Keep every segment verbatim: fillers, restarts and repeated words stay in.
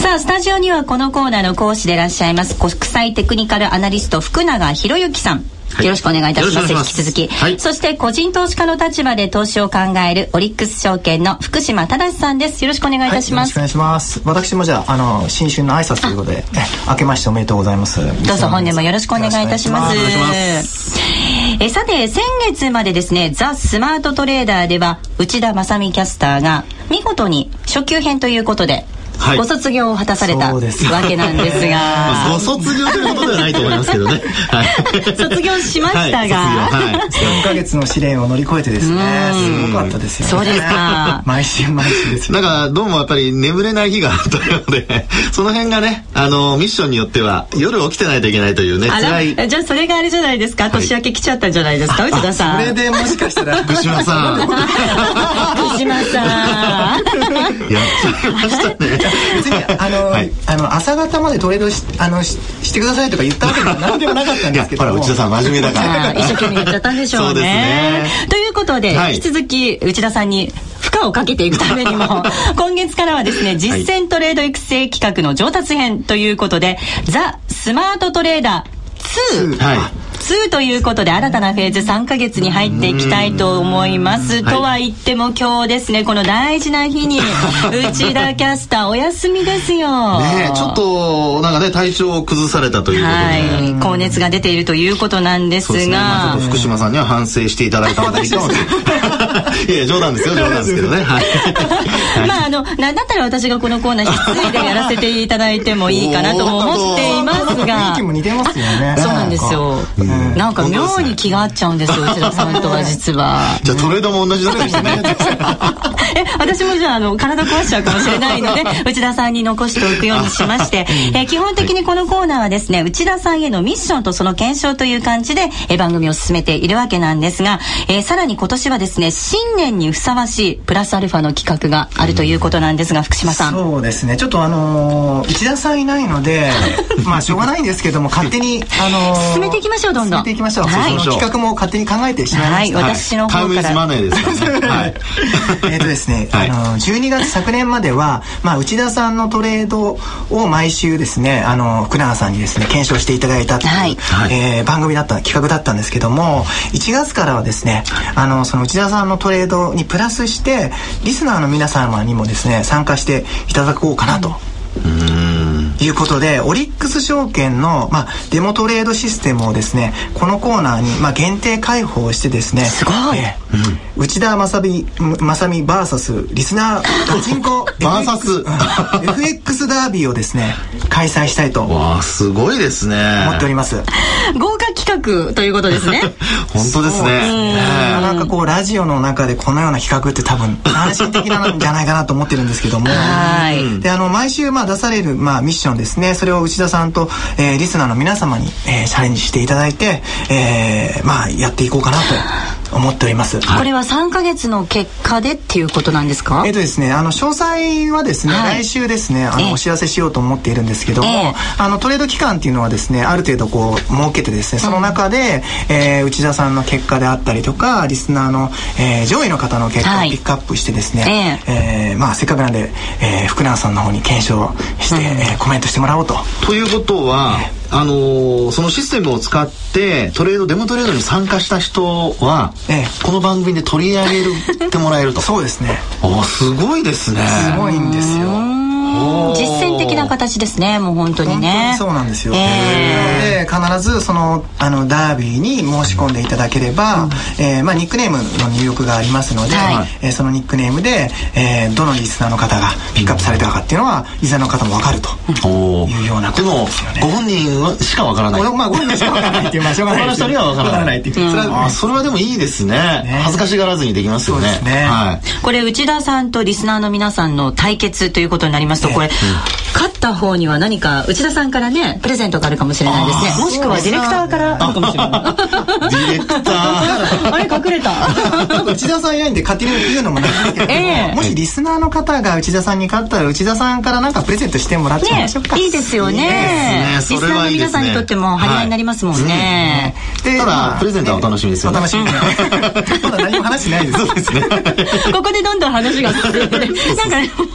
さあスタジオにはこのコーナーの講師でいらっしゃいます国際テクニカルアナリスト福永博之さん、はい、よろしくお願いいたします。引き続き、はい、そして個人投資家の立場で投資を考えるオリックス証券の福島正さんです。よろしくお願いいたします。 はい、よろしくお願いします。私もじゃあ、あの新春の挨拶ということで明けましておめでとうございます。 どうぞ本年もよろしくお願いいたします。えさて先月までですねザ・スマートトレーダーでは内田正美キャスターが見事に初級編ということではい、ご卒業を果たされたわけなんですがご卒業ということではないと思いますけどね、はい、 卒業しましたが、 はいはい、さんかげつの試練を乗り越えてですねすごかったですよね。 そうですか毎週毎週ですよ。 なんかどうもやっぱり眠れない日があったようでその辺がねあのミッションによっては夜起きてないといけないというね辛い。 じゃあそれがあれじゃないですか、はい、年明け来ちゃったんじゃないですか内田さん。 それでもしかしたら福島さん福島さんやっちゃいましたね。 別にあの、はい、あの朝方までトレード し, あの し, してくださいとか言ったわけでは何でもなかったんですけどほら内田さん真面目だから一生懸命言っちゃったんでしょうね。そうですね。ということで、はい、引き続き内田さんに負荷をかけていくためにも今月からはですね実践トレード育成企画の上達編ということで、はい、ザ・スマートトレーダーツー、はいにということで新たなフェーズさんかげつに入っていきたいと思います。とは言っても今日ですねこの大事な日に内田キャスターお休みですよ。 ねえちょっとなんかね体調を崩されたということで、 はい、高熱が出ているということなんですが、そうですね、まあ、ちょっと福島さんには反省していただいた方がいいかもしれないいや冗談ですよ冗談ですけどね、はい、 まああのなんだったら私がこのコーナー引き継いでやらせていただいてもいいかなとも思っていますが雰囲気も似てますよね。 そうなんですよ、うんなんか妙に気が合っちゃうんですよ内田さんとは実は。 じゃあトレードも同じだったりしてねえ私もじゃあ、あの体壊しちゃうかもしれないので内田さんに残しておくようにしましてえ基本的にこのコーナーはですね内田さんへのミッションとその検証という感じでえ番組を進めているわけなんですが、えさらに今年はですね新年にふさわしいプラスアルファの企画があるということなんですが福島さん。 そうですねちょっとあのー、内田さんいないのでまあしょうがないんですけども勝手に、あのー、 進めていきましょうどんどん進めていきましょう、はい、その企画も勝手に考えてしまいました、 はい、私の方から、 はい、タイムイズマネーですからね、はい、 えっとですね、はい、あのじゅうにがつ昨年までは、まあ、内田さんのトレードを毎週ですねあの福永さんにですね検証していただいたという、はいえー、番組だった企画だったんですけどもいちがつからはですねあのその内田さんのトレードにプラスしてリスナーの皆様にもですね参加していただこうかなと、うん、ういうことでオリックス証券の、まあ、デモトレードシステムをですねこのコーナーに、まあ、限定開放してですねすごい、えーうん、内田正美正美 ブイエス リスナーガチンコバーサスエフエックス ダービーをですね開催したいとわあすごいですね思っております。 豪華企画ということですね本当ですね。 なかなかこうラジオの中でこのような企画って多分安心的なんじゃないかなと思ってるんですけどもはいであの毎週まあ出される、まあ、ミッションですねそれを内田さんと、えー、リスナーの皆様に、えー、チャレンジしていただいて、えーまあ、やっていこうかなと思っております。 これはさんかげつの結果でっていうことなんですか？ えっとですねあの詳細はですね、はい、来週ですねあのお知らせしようと思っているんですけども、えー、あのトレード期間っていうのはですねある程度こう設けてですねその中で、うんえー、内田さんの結果であったりとかリスナーの、えー、上位の方の結果をピックアップしてですね、はいえーえーまあ、せっかくなんで、えー、福永さんの方に検証して、うんえー、コメントしてもらおうと。 ということは、えーあのー、そのシステムを使ってトレードデモトレードに参加した人は、ええ、この番組で取り上げてもらえるとそうですねあすごいですねすごいんですよ実践的な形ですねもう本当にね本当にそうなんですよ、えー、なので必ずそのあのダービーに申し込んでいただければ、うんえーまあ、ニックネームの入力がありますので、はいえー、そのニックネームで、えー、どのリスナーの方がピックアップされたかっていうのはリスナーの方も分かるというようなことですよね。 でもご本人はしか分からないまあご本人しか分からないっていうまあしょうがないです他の人には分からないっていう、うん、 それは、あそれはでもいいですね、ね恥ずかしがらずにできますよね。 そうですね、はい、 これ内田さんとリスナーの皆さんの対決ということになりますとこれ、ねうん勝った方には何か内田さんからねプレゼントがあるかもしれないですね。もしくはディレクターからあるかもしれないディレクターあれ隠れた内田さんいないんで勝手に言うのもなんですけど、えー、もしリスナーの方が内田さんに勝ったら内田さんからなんかプレゼントしてもらっちゃいましょうか、 ね、いいですよね。いいですね。リスナーの皆さんにとっても張り合いになりますもんね、 はい、でただ、まあ、プレゼントはお楽しみですよね。 お楽しみまだ何も話しないです。 そうですねここでどんどん話が進んでなんかね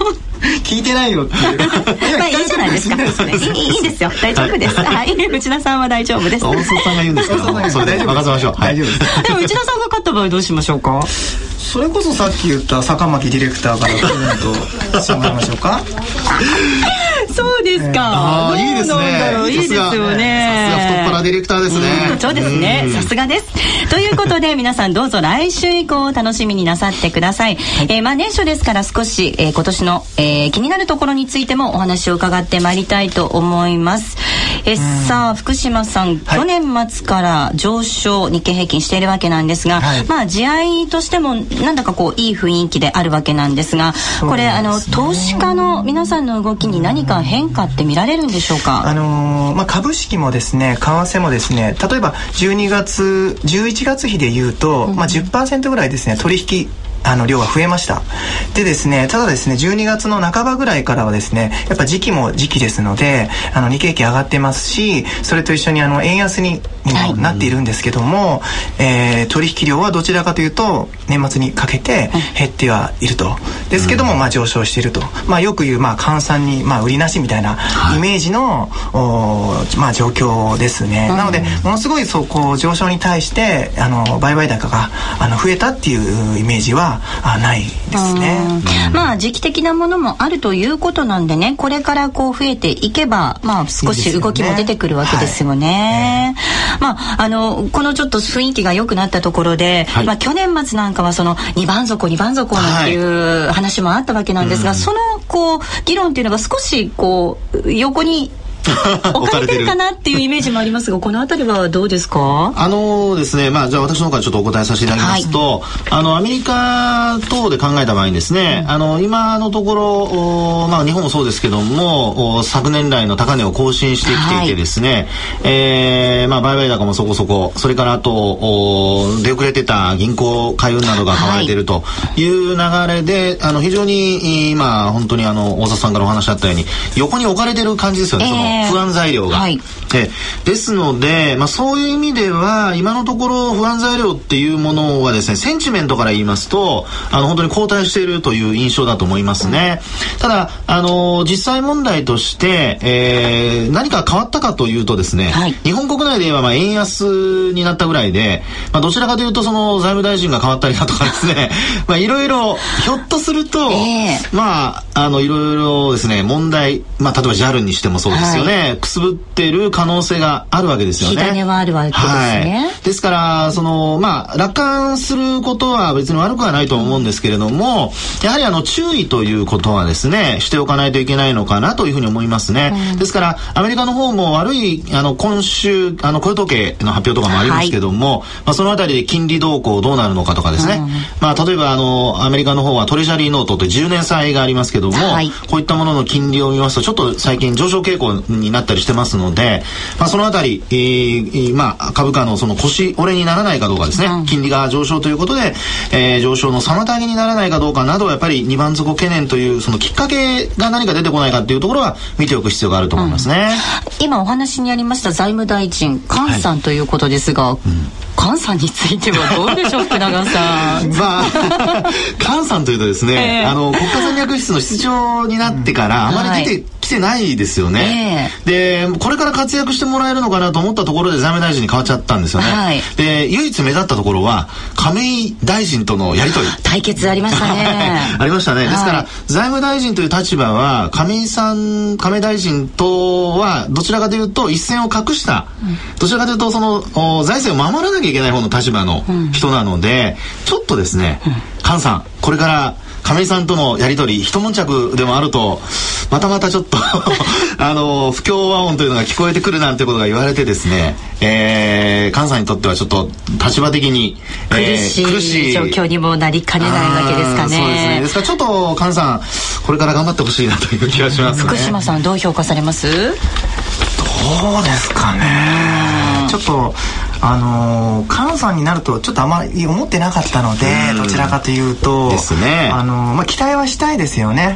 聞いてないよっていうまあいいじゃないですか。いい、いいですよ、大丈夫です。はい、内田さんは大丈夫です。 大須さんが言うんですからそれで任せましょう。 大丈夫です。 でも内田さんが勝った場合どうしましょうか。 それこそさっき言った坂巻ディレクターからプレゼントしてもらいましょうか。 そうですか。 ああ、いいですね。 いいですよね。 さすが太っ腹ディレクターですね。 そうですね。さすがです。ということで皆さんどうぞ来週以降を楽しみになさってください。はい、えー、まあ年初ですから少し、えー、今年の、えー、気になるところについてもお話を伺ってまいりたいと思います。えー、さあ福島さん、はい、去年末から上昇日経平均しているわけなんですが、はい、まあ地合いとしてもなんだかこういい雰囲気であるわけなんですが、これあの投資家の皆さんの動きに何か変化って見られるんでしょうか。 あのーまあ、株式もですね為替もですね、例えばじゅうにがつじゅういちがつ比でいうと、まあ、じゅっパーセント ぐらいですね取引あの量が増えました。でですね、ただですねじゅうにがつの半ばぐらいからはですねやっぱ時期も時期ですので、あの日経平均上がってますし、それと一緒にあの円安にもなっているんですけども、はい、えー、取引量はどちらかというと年末にかけて減ってはいると、ですけどもまあ上昇していると、まあ、よく言うまあ換算にまあ売りなしみたいなイメージの、はい、まあ状況ですね。なのでものすごいそうこう上昇に対してあの売買高があの増えたっていうイメージはあないですね。 まあ時期的なものもあるということなんでね、これからこう増えていけばまあ少し動きも出てくるわけですよね。はい、まああのこのちょっと雰囲気が良くなったところで、はい、まあ去年末なんかはそのにばん底にばん底なんていう話もあったわけなんですが、はい、そのこう議論っていうのが少しこう横に置かれてるかなっていうイメージもありますが、このあたりはどうですか。 あのですね、まあじゃあ私の方からちょっとお答えさせていただきますと、はい、あのアメリカ等で考えた場合にですね、うん、あの今のところまあ日本もそうですけども昨年来の高値を更新してきていてですね、はい、えー、まあ売買高もそこそこ、それからあと出遅れてた銀行海運などが買われているという流れで、はい、あの非常に今本当にあの大里さんからお話あったように横に置かれてる感じですよね。えーその不安材料が、はい、えですので、まあ、そういう意味では今のところ不安材料っていうものはですね、センチメントから言いますとあの本当に後退しているという印象だと思いますね。うん、ただあの実際問題として、えー、何か変わったかというとですね、はい、日本国内で言えばまあ円安になったぐらいで、まあ、どちらかというとその財務大臣が変わったりだとかですねまあいろいろひょっとすると、えー、まああのいろいろですね問題、まあ、例えば ジャル にしてもそうですよね、はい、くすぶっている可能性があるわけですよね。 火種はあるわけですね。 はい、ですからその、まあ、楽観することは別に悪くはないと思うんですけれども、やはりあの注意ということはですねしておかないといけないのかなというふうに思いますね。うん、ですからアメリカの方も悪いあの今週あの雇用統計の発表とかもありますけども、はい、まあ、そのあたりで金利動向どうなるのかとかですね、うん、まあ、例えばあのアメリカの方はトレジャリーノートというじゅうねん債がありますけども、はい、こういったものの金利を見ますとちょっと最近上昇傾向になったりしてますので、まあ、そのあたり、えーまあ、株価のその腰折れにならないかどうかですね、うん、金利が上昇ということで、えー、上昇の妨げにならないかどうかなどはやっぱりにばん底懸念というそのきっかけが何か出てこないかというところは見ておく必要があると思いますね。 うん、今お話にありました財務大臣菅さんということですが、はい、うん、菅さんについてはどうでしょう福永さん。 まあ菅さんというとですね、えー、あの国家戦略室の室長になってからあまり出てきてないですよね。えー、でこれから活躍してもらえるのかなと思ったところで財務大臣に変わっちゃったんですよね。はい、で唯一目立ったところは亀井大臣とのやり取り対決ありましたね。 ありましたね。ですから、はい、財務大臣という立場は亀井さん亀井大臣とはどちらかというと一線を画した、うん、どちらかというとその財政を守らなきゃいけない方の立場の人なので、うん、ちょっとですね、うん、菅さんこれから亀井さんとのやり取り一悶着でもあるとまたまたちょっとあの不協和音というのが聞こえてくるなんてことが言われてですね、えー、菅さんにとってはちょっと立場的に、 えー、苦しい、苦しい状況にもなりかねないわけですかね。 そうですね。ですからちょっと菅さんこれから頑張ってほしいなという気がしますね。 福島さんどう評価されます？どうですかね。ちょっとあのー、菅さんになるとちょっとあまり思ってなかったので、どちらかというとですね、 あのーまあ、期待はしたいですよね。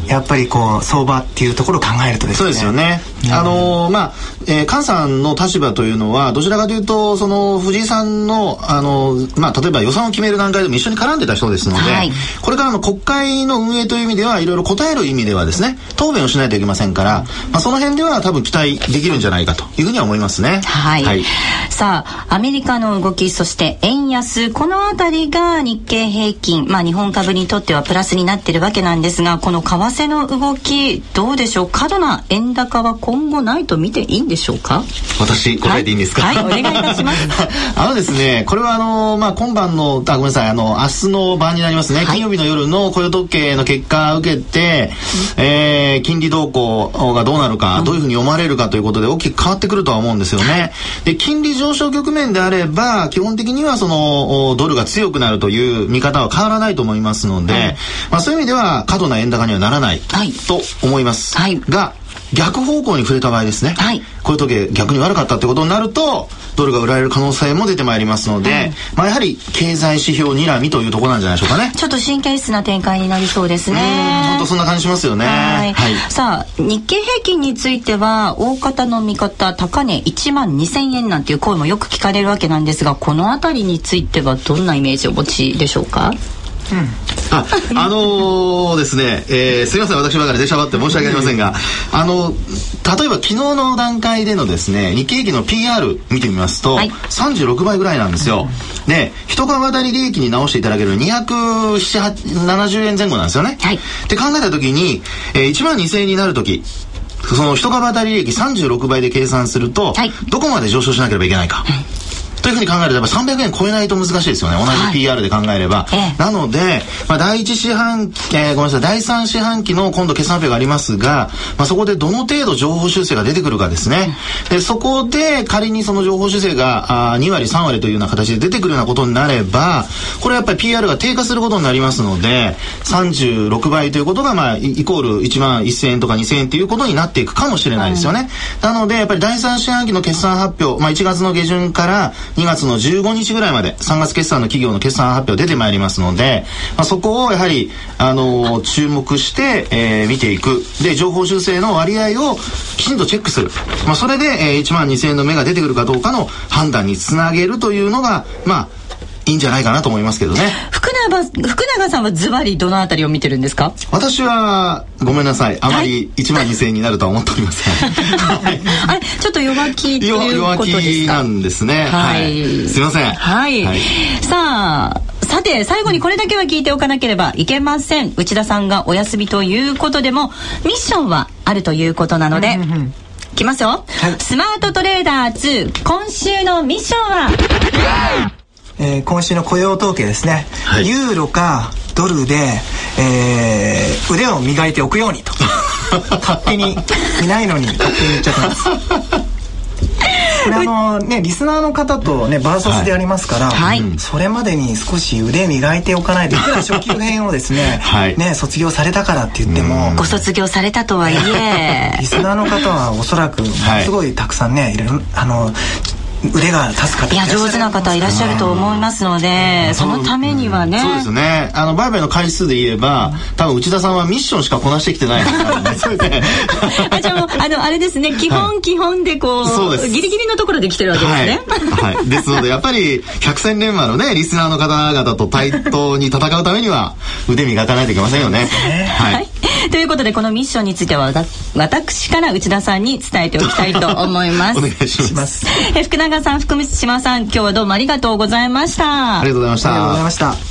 やっぱりこう相場っていうところを考えるとですね。 そうですよね。うん、あのー、まあ、えー、菅さんの立場というのはどちらかというとその藤井さんのあのー、まあ例えば予算を決める段階でも一緒に絡んでた人ですので、はい、これからの国会の運営という意味ではいろいろ答える意味ではですね、答弁をしないといけませんから、まあその辺では多分期待できるんじゃないかというふうには思いますね。 はい。はい、さあアメリカの動き、そして円安、このあたりが日経平均、まあ日本株にとってはプラスになっているわけなんですが、この為替の動きどうでしょう。過度な円高は今後ないと見ていいんでしょうか。 私答えていいんですか。 はい、はい、お願いいたします。 あのですね、これはあのまあ今晩のあごめんなさいあの明日の晩になりますね、はい、金曜日の夜の雇用統計の結果を受けて、うん、えー、金利動向がどうなるか、うん、どういうふうに読まれるかということで大きく変わってくるとは思うんですよね。はい、で金利上昇局面であれば基本的にはそのドルが強くなるという見方は変わらないと思いますので、はい、まあ、そういう意味では過度な円高にはならない、はい、と思います、はい、が逆方向に触れた場合ですね、はい、こういう時逆に悪かったってことになるとドルが売られる可能性も出てまいりますので、はい、まあ、やはり経済指標睨みというところなんじゃないでしょうかね。 ちょっと神経質な展開になりそうですね。 本当そんな感じしますよね。 はい、はい、さあ日経平均については大方の見方高値いちまんにせんえんなんていう声もよく聞かれるわけなんですが、このあたりについてはどんなイメージをお持ちでしょうか。 うん、あ、あのー、ですね、えー、すみません私ばかり出しゃばって申し訳ありませんが、あの例えば昨日の段階でのですね日経平均の ピーアール 見てみますと、はい、さんじゅうろくばいぐらいなんですよ。で一株当たり利益に直していただけるにひゃくななじゅうえんぜん後なんですよね。はい、って考えた時に、えー、いちまんにせんえんになる時その一株当たり利益さんじゅうろくばいで計算すると、はい、どこまで上昇しなければいけないか、はい、というふうに考えるとやっぱさんびゃくえん超えないと難しいですよね、同じ ピーアール で考えれば、はい、なので、まあ、第一四半期、えー、ごめんなさい第三四半期の今度決算発表がありますが、まあ、そこでどの程度情報修正が出てくるかですね、うん、でそこで仮にその情報修正があにわりさんわりというような形で出てくるようなことになれば、これやっぱり ピーアール が低下することになりますのでさんじゅうろくばいということが、まあ、イコールいちまんせんえんとかにせんえんということになっていくかもしれないですよね、うん、なのでやっぱり第三四半期の決算発表、まあ、いちがつの下旬からにがつのじゅうごにちぐらいまでさんがつ決算の企業の決算発表出てまいりますので、まあ、そこをやはり、あのー、注目して、えー、見ていく。で情報修正の割合をきちんとチェックする、まあ、それで、えー、いちまんにせんえんの目が出てくるかどうかの判断につなげるというのがまあいいんじゃないかなと思いますけどね。 福永、福永さんはズバリどのあたりを見てるんですか。 私はごめんなさいあまりいちまんにせんえんになるとは思っておりません、 はい、あれちょっと弱気ということですか。 弱気なんですね、はい、はい、すいません、 はい、はい、さあさて最後にこれだけは聞いておかなければいけません。内田さんがお休みということでもミッションはあるということなので、うんうんうん、きますよ、はい、スマートトレーダーツー今週のミッションはえー、今週の雇用統計ですね、はい、ユーロかドルで、えー、腕を磨いておくようにと勝手にいないのに勝手に言っちゃってますこれあのねリスナーの方とねバーサスでありますから、はい、それまでに少し腕磨いておかないといくら初級編をですね、はい、ね卒業されたからって言ってもご卒業されたとはいえリスナーの方はおそらくすごいたくさんね、はい、いろいろあの腕が立つ方いや上手な方いらっしゃると思いますので、うん、そのためにはね、 うん、そうですねあの売買の回数で言えば多分内田さんはミッションしかこなしてきてないですからねあじゃあもうあのあれですね基本、はい、基本でこうギリギリのところで来てるわけですね、 はいはい、ですのでやっぱり百戦錬磨のねリスナーの方々と対等に戦うためには腕磨かないといけませんよね、はいはい、 ということでこのミッションについては私から内田さんに伝えておきたいと思いますお願いしますえ福永さん福島さん今日はどうもありがとうございました。 ありがとうございました。 ありがとうございました。